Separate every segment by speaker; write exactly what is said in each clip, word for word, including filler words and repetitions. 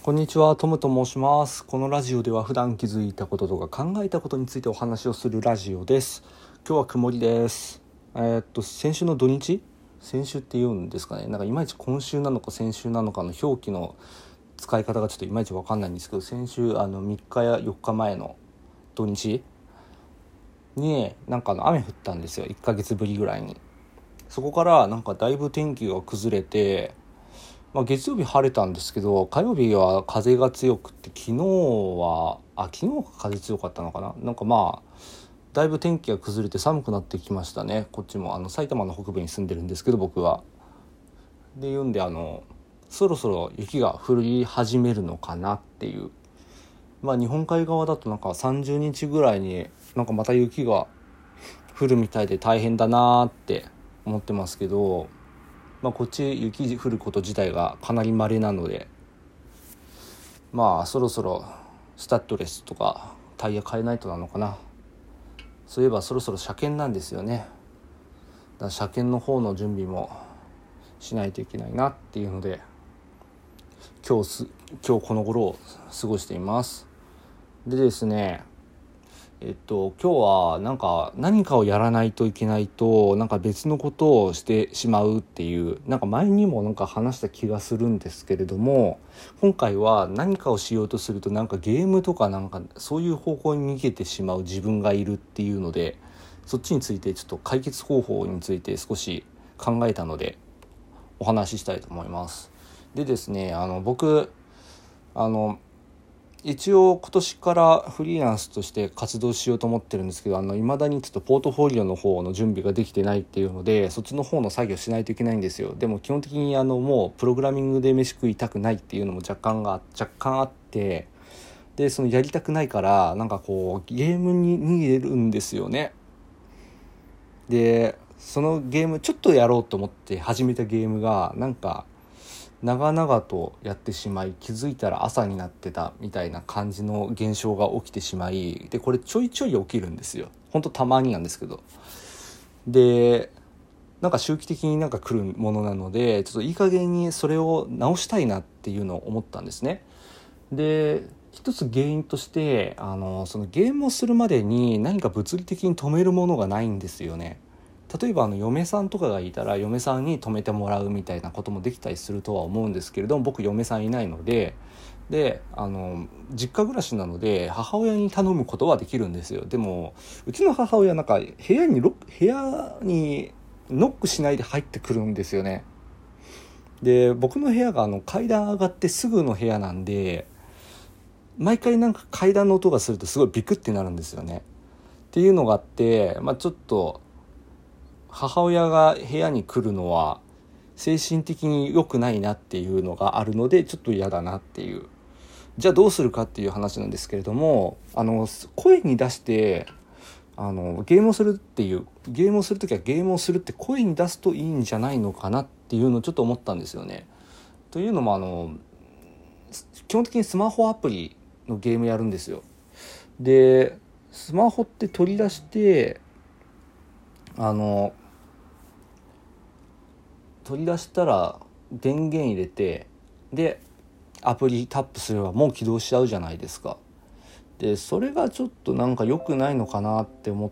Speaker 1: こんにちは、トムと申します。このラジオでは普段気づいたこととか考えたことについてお話をするラジオです。今日は曇りです。えー、っと先週の土日先週って言うんですかね、なんかいまいち今週なのか先週なのかの表記の使い方がちょっといまいち分かんないんですけど、先週あのみっかやよっかまえの土日になんかあの雨降ったんですよ。いっかげつぶりぐらいに。そこからなんかだいぶ天気が崩れて、まあ、月曜日晴れたんですけど、火曜日は風が強くて、昨日はあ昨日が風強かったのかな。なんかまあだいぶ天気が崩れて寒くなってきましたね。こっちもあの埼玉の北部に住んでるんですけど、僕はで言うんであのそろそろ雪が降り始めるのかなっていう。まあ日本海側だとなんかさんじゅうにちぐらいになんかまた雪が降るみたいで大変だなって思ってますけど、まあ、こっち雪降ること自体がかなり稀なので、まあそろそろスタッドレスとかタイヤ変えないとなのかな。そういえばそろそろ車検なんですよね。だから車検の方の準備もしないといけないなっていうので、今日す今日この頃を過ごしています。でですねえっと今日はなんか何かをやらないといけないとなんか別のことをしてしまうっていう、なんか前にもなんか話した気がするんですけれども、今回は何かをしようとするとなんかゲームとかなんかそういう方向に逃げてしまう自分がいるっていうので、そっちについてちょっと解決方法について少し考えたのでお話ししたいと思います。でですねあの僕あの一応今年からフリーランスとして活動しようと思ってるんですけど、あの未だにちょっとポートフォリオの方の準備ができてないっていうので、そっちの方の作業しないといけないんですよ。でも基本的にあのもうプログラミングで飯食いたくないっていうのも若干が若干あって、でそのやりたくないからなんかこうゲームに逃げるんですよね。でそのゲームちょっとやろうと思って始めたゲームがなんか長々とやってしまい、気づいたら朝になってたみたいな感じの現象が起きてしまい、でこれちょいちょい起きるんですよ。ほんとたまになんですけど、でなんか周期的になんか来るものなので、ちょっといい加減にそれを直したいなっていうのを思ったんですね。で一つ原因としてあのそのゲームをするまでに何か物理的に止めるものがないんですよね。例えばあの嫁さんとかがいたら嫁さんに止めてもらうみたいなこともできたりするとは思うんですけれども、僕嫁さんいないのでであの実家暮らしなので母親に頼むことはできるんですよ。でもうちの母親なんか部屋にロ部屋にノックしないで入ってくるんですよね。で僕の部屋があの階段上がってすぐの部屋なんで、毎回なんか階段の音がするとすごいビクってなるんですよね。っていうのがあって、まあ、ちょっと母親が部屋に来るのは精神的に良くないなっていうのがあるので、ちょっと嫌だなっていう。じゃあどうするかっていう話なんですけれども、あの声に出してあのゲームをするっていうゲームをするときはゲームをするって声に出すといいんじゃないのかなっていうのをちょっと思ったんですよね。というのもあの基本的にスマホアプリのゲームやるんですよ。でスマホって取り出してあの取り出したら電源入れて、でアプリタップすればもう起動しちゃうじゃないですか。でそれがちょっとなんか良くないのかなって思って、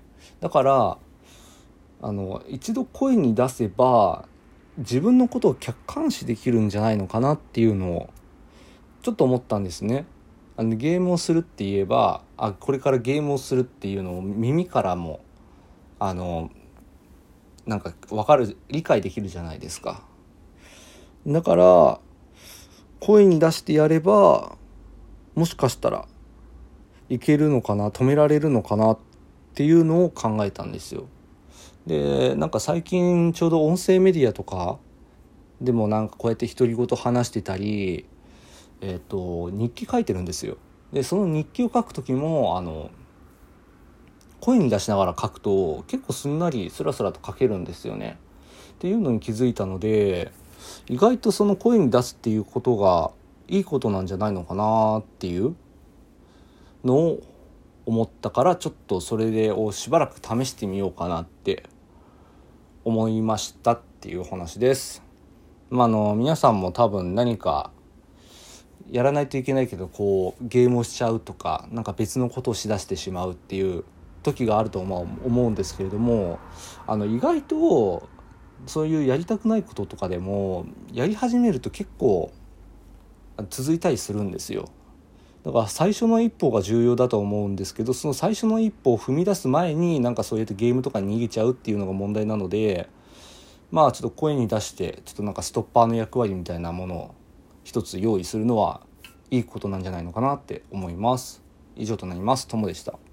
Speaker 1: だからあの一度声に出せば自分のことを客観視できるんじゃないのかなっていうのをちょっと思ったんですね。あのゲームをするって言えば、あこれからゲームをするっていうのを耳からもあのなんか分かる理解できるじゃないですか。だから声に出してやればもしかしたらいけるのかな、止められるのかなっていうのを考えたんですよ。でなんか最近ちょうど音声メディアとかでもなんかこうやって独り言話してたり、えっと日記書いてるんですよ。でその日記を書く時もあの声に出しながら書くと結構すんなりスラスラと書けるんですよねっていうのに気づいたので、意外とその声に出すっていうことがいいことなんじゃないのかなっていうのを思ったから、ちょっとそれでをしばらく試してみようかなって思いましたっていう話です。まあ、あの皆さんも多分何かやらないといけないけどこうゲームをしちゃうとか、なんか別のことをしだしてしまうっていう時があると思うんですけれども、あの意外とそういうやりたくないこととかでもやり始めると結構続いたりするんですよ。だから最初の一歩が重要だと思うんですけど、その最初の一歩を踏み出す前になんかそうやってゲームとかに逃げちゃうっていうのが問題なので、まあちょっと声に出してちょっとなんかストッパーの役割みたいなものを一つ用意するのはいいことなんじゃないのかなって思います。以上となります。ともでした。